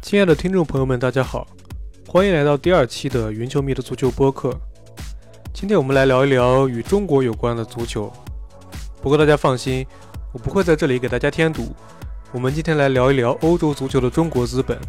亲爱的听众朋友们，大家好，欢迎来到第2期的云球迷的足球播客。今天我们来聊一聊与中国有关的足球。不过大家放心，我不会在这里给大家添堵。我们今天来聊一聊欧洲足球的中国资本。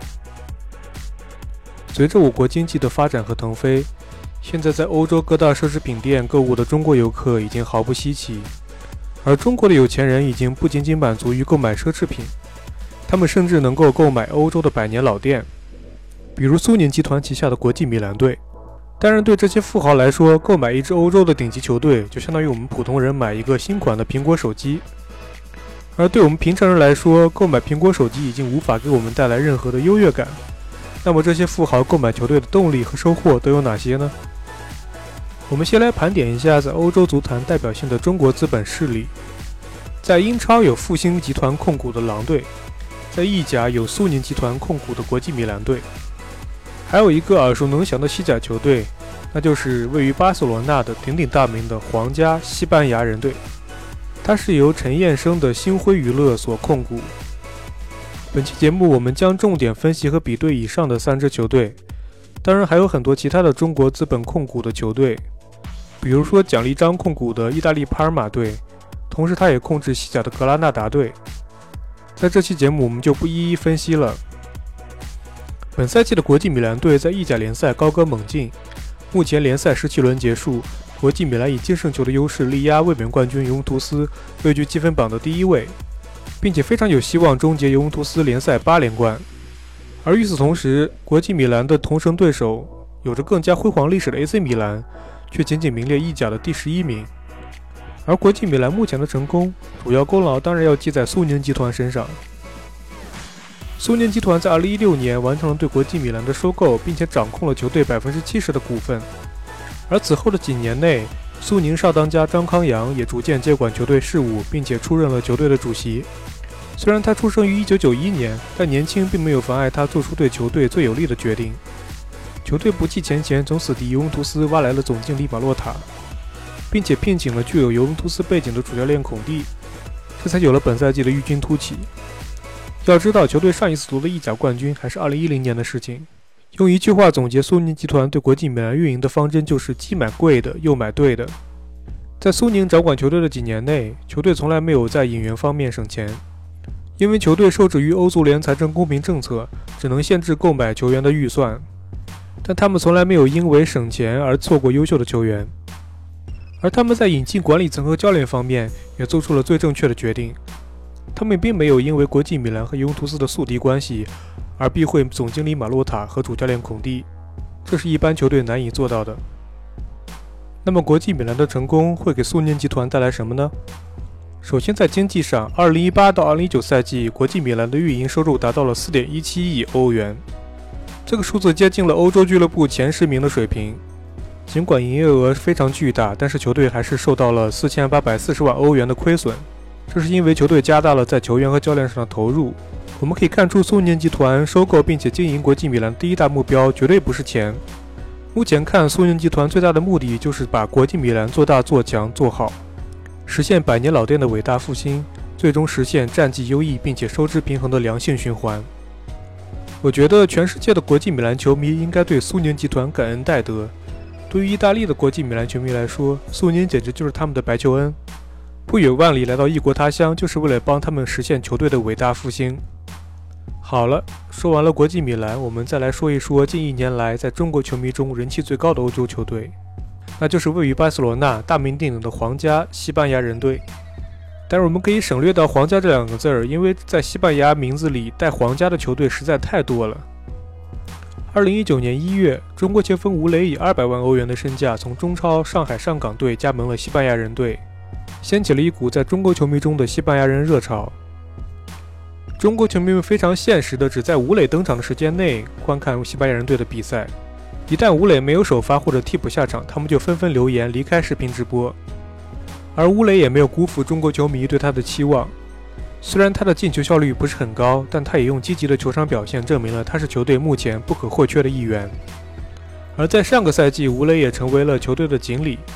随着我国经济的发展和腾飞，现在在欧洲各大奢侈品店购物的中国游客已经毫不稀奇。而中国的有钱人已经不仅仅满足于购买奢侈品，他们甚至能够购买欧洲的百年老店，比如苏宁集团旗下的国际米兰队。当然，对这些富豪来说，购买一支欧洲的顶级球队就相当于我们普通人买一个新款的苹果手机。而对我们平常人来说，购买苹果手机已经无法给我们带来任何的优越感。那么这些富豪购买球队的动力和收获都有哪些呢？我们先来盘点一下在欧洲足坛代表性的中国资本势力。在英超有复兴集团控股的狼队，在意甲有苏宁集团控股的国际米兰队，还有一个耳熟能详的西甲球队，那就是位于巴塞罗那的鼎鼎大名的皇家西班牙人队，它是由陈彦生的星辉娱乐所控股。本期节目我们将重点分析和比对以上的3支球队，当然还有很多其他的中国资本控股的球队，比如说蒋立章控股的意大利帕尔马队，同时他也控制西甲的格拉纳达队。在这期节目我们就不一一分析了。本赛季的国际米兰队在意甲联赛高歌猛进，目前联赛17轮结束，国际米兰以净胜球的优势力压卫冕冠军尤文图斯，位居积分榜的第1位，并且非常有希望终结尤文图斯联赛8连冠。而与此同时，国际米兰的同城对手有着更加辉煌历史的 AC 米兰却仅仅名列意甲的第11名。而国际米兰目前的成功，主要功劳当然要记在苏宁集团身上。苏宁集团在2016年完成了对国际米兰的收购，并且掌控了球队70%的股份。而此后的几年内，苏宁少当家张康阳也逐渐接管球队事务，并且出任了球队的主席。虽然他出生于1991年，但年轻并没有妨碍他做出对球队最有利的决定。球队不计前嫌，从死敌尤文图斯挖来了总经理马洛塔，并且聘请了具有尤文图斯背景的主教练孔蒂，这才有了本赛季的异军突起。要知道，球队上一次夺得意甲冠军还是2010年的事情。用一句话总结苏宁集团对国际米兰运营的方针，就是既买贵的又买对的。在苏宁掌管球队的几年内，球队从来没有在引援方面省钱，因为球队受制于欧足联财政公平政策，只能限制购买球员的预算，但他们从来没有因为省钱而错过优秀的球员。而他们在引进管理层和教练方面也做出了最正确的决定，他们并没有因为国际米兰和尤文图斯的宿敌关系而避讳总经理马洛塔和主教练孔蒂，这是一般球队难以做到的。那么国际米兰的成功会给苏宁集团带来什么呢？首先在经济上，2018到2019赛季国际米兰的运营收入达到了 4.17 亿欧元，这个数字接近了欧洲俱乐部前10名的水平。尽管营业额非常巨大，但是球队还是受到了4840万欧元的亏损，这是因为球队加大了在球员和教练上的投入。我们可以看出，苏宁集团收购并且经营国际米兰第一大目标绝对不是钱。目前看，苏宁集团最大的目的就是把国际米兰做大做强做好，实现百年老店的伟大复兴，最终实现战绩优异并且收支平衡的良性循环。我觉得全世界的国际米兰球迷应该对苏宁集团感恩戴德。对于意大利的国际米兰球迷来说，苏宁简直就是他们的白求恩，不远万里来到异国他乡，就是为了帮他们实现球队的伟大复兴。好了，说完了国际米兰，我们再来说一说近1年来在中国球迷中人气最高的欧洲球队，那就是位于巴塞罗那大名鼎鼎的皇家西班牙人队。但是我们可以省略到皇家这2个字儿，因为在西班牙名字里带皇家的球队实在太多了。2019年1月，中国前锋吴磊以200万欧元的身价从中超上海上港队加盟了西班牙人队，掀起了一股在中国球迷中的西班牙人热潮。中国球迷们非常现实的只在吴磊登场的时间内观看西班牙人队的比赛，一旦吴磊没有首发或者替补下场，他们就纷纷留言离开视频直播。而吴磊也没有辜负中国球迷对他的期望，虽然他的进球效率不是很高，但他也用积极的球场表现证明了他是球队目前不可或缺的一员。而在上个赛季，吴磊也成为了球队的锦鲤，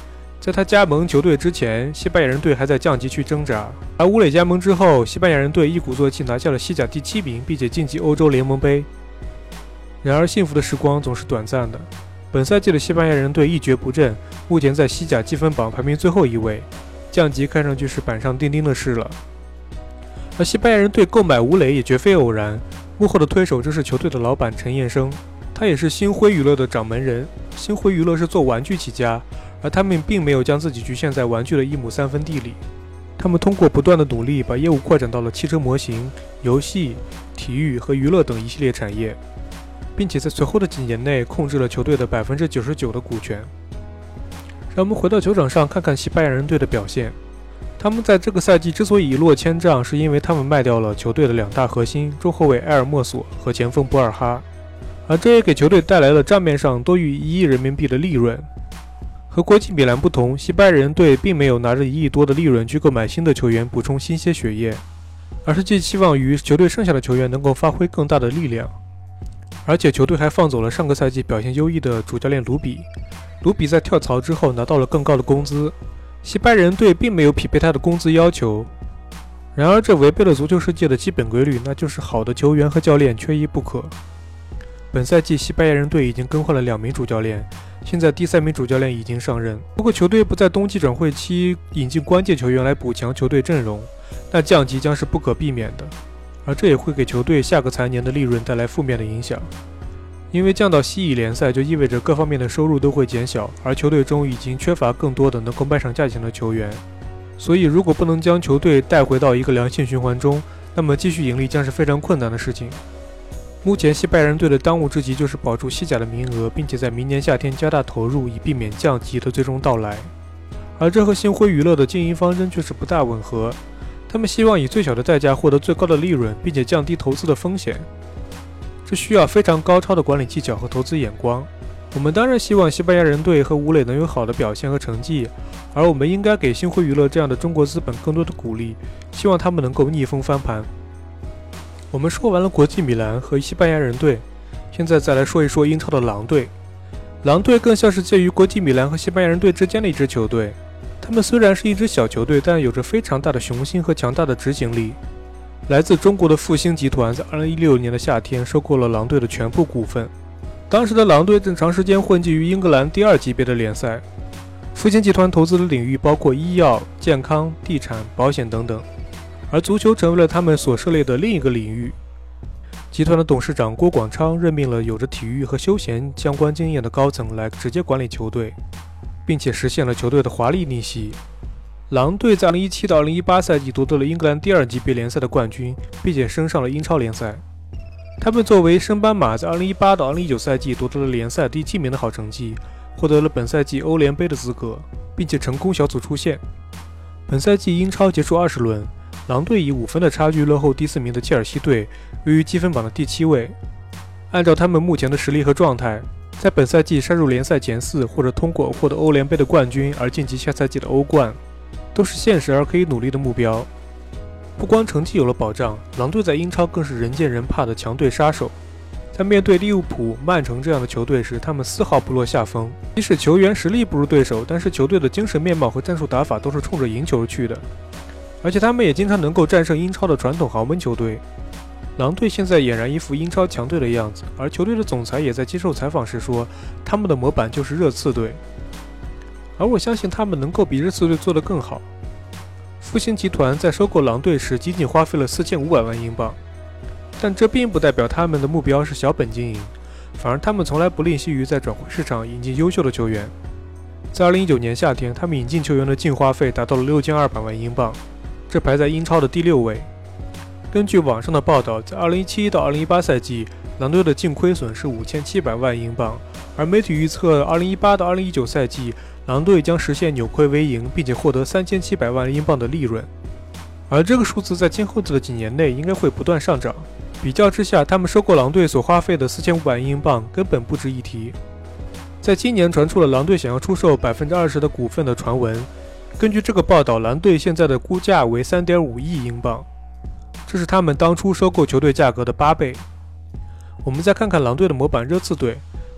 在他加盟球队之前，西班牙人队还在降级区挣扎，而乌磊加盟之后，西班牙人队一鼓作气拿下了西甲第7名，并且晋级欧洲联盟杯。然而幸福的时光总是短暂的，本赛季的西班牙人队一蹶不振，目前在西甲积分榜排名最后一位，降级看上去是板上钉钉的事了。而西班牙人队购买吴磊也绝非偶然，幕后的推手就是球队的老板陈彦生，他也是星辉娱乐的掌门人。星辉娱乐是做玩具起家，而他们并没有将自己局限在玩具的1亩3分地里，他们通过不断的努力，把业务扩展到了汽车模型、游戏、体育和娱乐等一系列产业，并且在随后的几年内控制了球队的99%的股权。让我们回到球场上看看西班牙人队的表现。他们在这个赛季之所以一落千丈，是因为他们卖掉了球队的2大核心，中后卫埃尔莫索和前锋博尔哈，而这也给球队带来了账面上多于1亿人民币的利润。和国际米兰不同，西班牙人队并没有拿着1亿多的利润去购买新的球员补充新鲜血液，而是寄希望于球队剩下的球员能够发挥更大的力量。而且球队还放走了上个赛季表现优异的主教练卢比，卢比在跳槽之后拿到了更高的工资，西班牙人队并没有匹配他的工资要求。然而这违背了足球世界的基本规律，那就是好的球员和教练缺一不可。本赛季西班牙人队已经更换了2名主教练，现在第3名主教练已经上任。如果球队不在冬季转会期引进关键球员来补强球队阵容，那降级将是不可避免的，而这也会给球队下个财年的利润带来负面的影响。因为降到西乙联赛就意味着各方面的收入都会减小，而球队中已经缺乏更多的能够卖上价钱的球员，所以如果不能将球队带回到一个良性循环中，那么继续盈利将是非常困难的事情。目前西班牙人队的当务之急就是保住西甲的名额，并且在明年夏天加大投入，以避免降级的最终到来。而这和星辉娱乐的经营方针却是不大吻合，他们希望以最小的代价获得最高的利润，并且降低投资的风险，这需要非常高超的管理技巧和投资眼光。我们当然希望西班牙人队和吴磊能有好的表现和成绩，而我们应该给星辉娱乐这样的中国资本更多的鼓励，希望他们能够逆风翻盘。我们说完了国际米兰和西班牙人队，现在再来说一说英超的狼队。狼队更像是介于国际米兰和西班牙人队之间的一支球队，他们虽然是一支小球队，但有着非常大的雄心和强大的执行力。来自中国的复兴集团在2016年的夏天收购了狼队的全部股份。当时的狼队正长时间混迹于英格兰第2级别的联赛。复兴集团投资的领域包括医药、健康、地产、保险等等，而足球成为了他们所涉猎的另一个领域。集团的董事长郭广昌任命了有着体育和休闲相关经验的高层来直接管理球队，并且实现了球队的华丽逆袭。狼队在2017到2018赛季夺得了英格兰第2级别联赛的冠军，并且升上了英超联赛。他们作为升班马，在2018到2019赛季夺得了联赛第7名的好成绩，获得了本赛季欧联杯的资格，并且成功小组出线。本赛季英超结束20轮，狼队以5分的差距落后第4名的切尔西队，位于积分榜的第7位。按照他们目前的实力和状态，在本赛季杀入联赛前4，或者通过获得欧联杯的冠军而晋级下赛季的欧冠，都是现实而可以努力的目标。不光成绩有了保障，狼队在英超更是人见人怕的强队杀手。在面对利物浦、曼城这样的球队时，他们丝毫不落下风。即使球员实力不如对手，但是球队的精神面貌和战术打法都是冲着赢球而去的。而且他们也经常能够战胜英超的传统豪门球队。狼队现在俨然一副英超强队的样子，而球队的总裁也在接受采访时说，他们的模板就是热刺队。而我相信他们能够比热刺队做得更好。复兴集团在收购狼队时仅仅花费了4500万英镑，但这并不代表他们的目标是小本经营，反而他们从来不吝惜于在转会市场引进优秀的球员。在2019年夏天，他们引进球员的净花费达到了6200万英镑，这排在英超的第6位。根据网上的报道，在2017到2018赛季，狼队的净亏损是5700万英镑，而媒体预测2018到2019赛季，狼队将实现扭亏为盈，并且获得3700万英镑的利润。而这个数字在今后的几年内应该会不断上涨。比较之下，他们收购狼队所花费的4500万英镑根本不值一提。在今年传出了狼队想要出售20%的股份的传闻，根据这个报道，狼队现在的估价为3.5亿英镑，这是他们当初收购球队价格的8倍。我们再看看狼队的模板热刺队，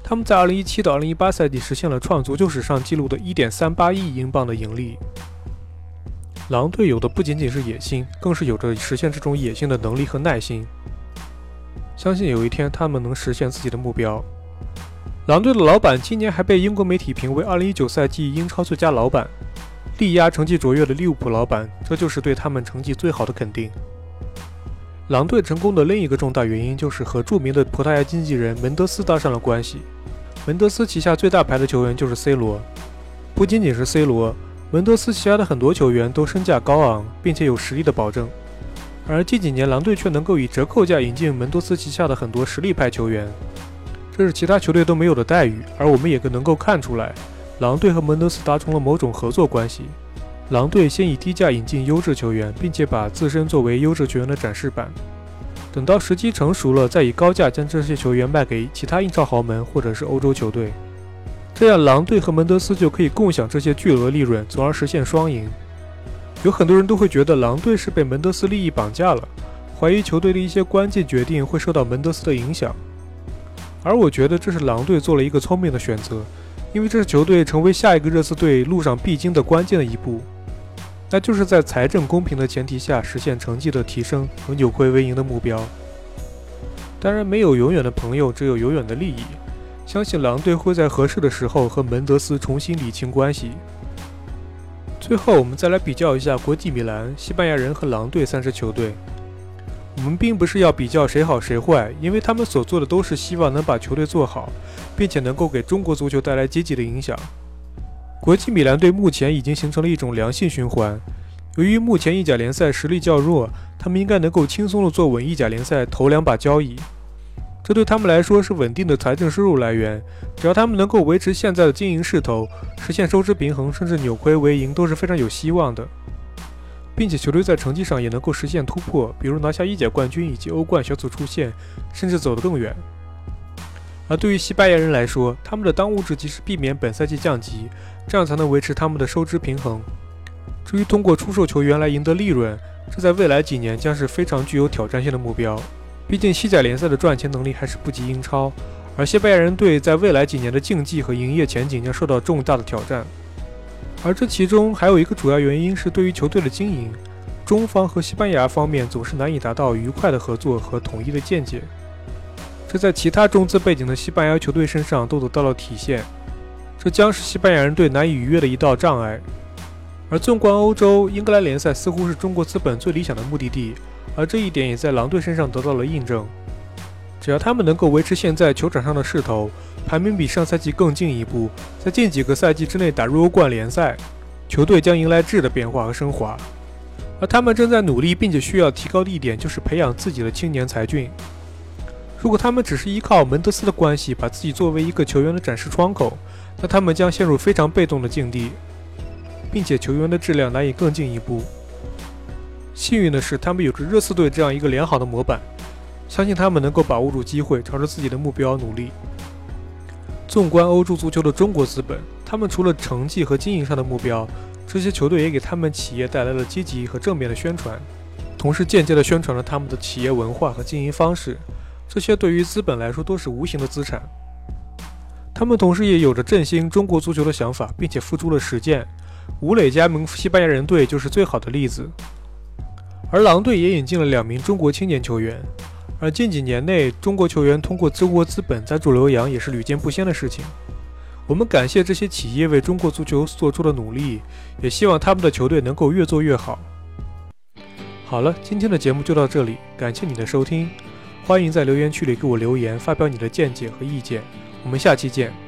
他们在2017到2018赛季实现了创足球史上纪录的 1.38 亿英镑的盈利。狼队有的不仅仅是野心，更是有着实现这种野心的能力和耐心。相信有一天他们能实现自己的目标。狼队的老板今年还被英国媒体评为2019赛季英超最佳老板，力压成绩卓越的利物浦老板，这就是对他们成绩最好的肯定。狼队成功的另一个重大原因就是和著名的葡萄牙经纪人门德斯搭上了关系。门德斯旗下最大牌的球员就是 C 罗，不仅仅是 C 罗，门德斯旗下的很多球员都身价高昂，并且有实力的保证。而近几年狼队却能够以折扣价引进门德斯旗下的很多实力派球员，这是其他球队都没有的待遇。而我们也能够看出来，狼队和门德斯达成了某种合作关系。狼队先以低价引进优质球员，并且把自身作为优质球员的展示板，等到时机成熟了，再以高价将这些球员卖给其他英超豪门或者是欧洲球队，这样狼队和门德斯就可以共享这些巨额利润，从而实现双赢。有很多人都会觉得狼队是被门德斯利益绑架了，怀疑球队的一些关键决定会受到门德斯的影响，而我觉得这是狼队做了一个聪明的选择，因为这是球队成为下一个热刺队路上必经的关键的一步，那就是在财政公平的前提下实现成绩的提升和扭亏为盈的目标。当然，没有永远的朋友，只有永远的利益。相信狼队会在合适的时候和门德斯重新理清关系。最后，我们再来比较一下国际米兰、西班牙人和狼队3支球队。我们并不是要比较谁好谁坏，因为他们所做的都是希望能把球队做好，并且能够给中国足球带来积极的影响。国际米兰队目前已经形成了一种良性循环，由于目前意甲联赛实力较弱，他们应该能够轻松地坐稳意甲联赛头2把交椅，这对他们来说是稳定的财政收入来源。只要他们能够维持现在的经营势头，实现收支平衡，甚至扭亏为盈，都是非常有希望的，并且球队在成绩上也能够实现突破，比如拿下意甲冠军以及欧冠小组出线，甚至走得更远。而对于西班牙人来说，他们的当务之急是避免本赛季降级，这样才能维持他们的收支平衡。至于通过出售球员来赢得利润，这在未来几年将是非常具有挑战性的目标。毕竟西甲联赛的赚钱能力还是不及英超，而西班牙人队在未来几年的竞技和营业前景将受到重大的挑战。而这其中还有一个主要原因是对于球队的经营，中方和西班牙方面总是难以达到愉快的合作和统一的见解，这在其他中资背景的西班牙球队身上都得到了体现，这将是西班牙人队难以逾越的一道障碍。而纵观欧洲，英格兰联赛似乎是中国资本最理想的目的地，而这一点也在狼队身上得到了印证。只要他们能够维持现在球场上的势头，排名比上赛季更进一步，在近几个赛季之内打入欧冠联赛，球队将迎来质的变化和升华。而他们正在努力并且需要提高的一点就是培养自己的青年才俊。如果他们只是依靠门德斯的关系把自己作为一个球员的展示窗口，那他们将陷入非常被动的境地，并且球员的质量难以更进一步。幸运的是，他们有着热刺队这样一个良好的模板，相信他们能够把握住机会，朝着自己的目标努力。纵观欧洲足球的中国资本，他们除了成绩和经营上的目标，这些球队也给他们企业带来了积极和正面的宣传，同时间接地宣传了他们的企业文化和经营方式，这些对于资本来说都是无形的资产。他们同时也有着振兴中国足球的想法，并且付诸了实践。吴磊加盟西班牙人队就是最好的例子。而狼队也引进了2名中国青年球员，而近几年内中国球员通过中国资本赞助留洋也是屡见不鲜的事情。我们感谢这些企业为中国足球做出的努力，也希望他们的球队能够越做越好。好了，今天的节目就到这里，感谢你的收听，欢迎在留言区里给我留言，发表你的见解和意见，我们下期见。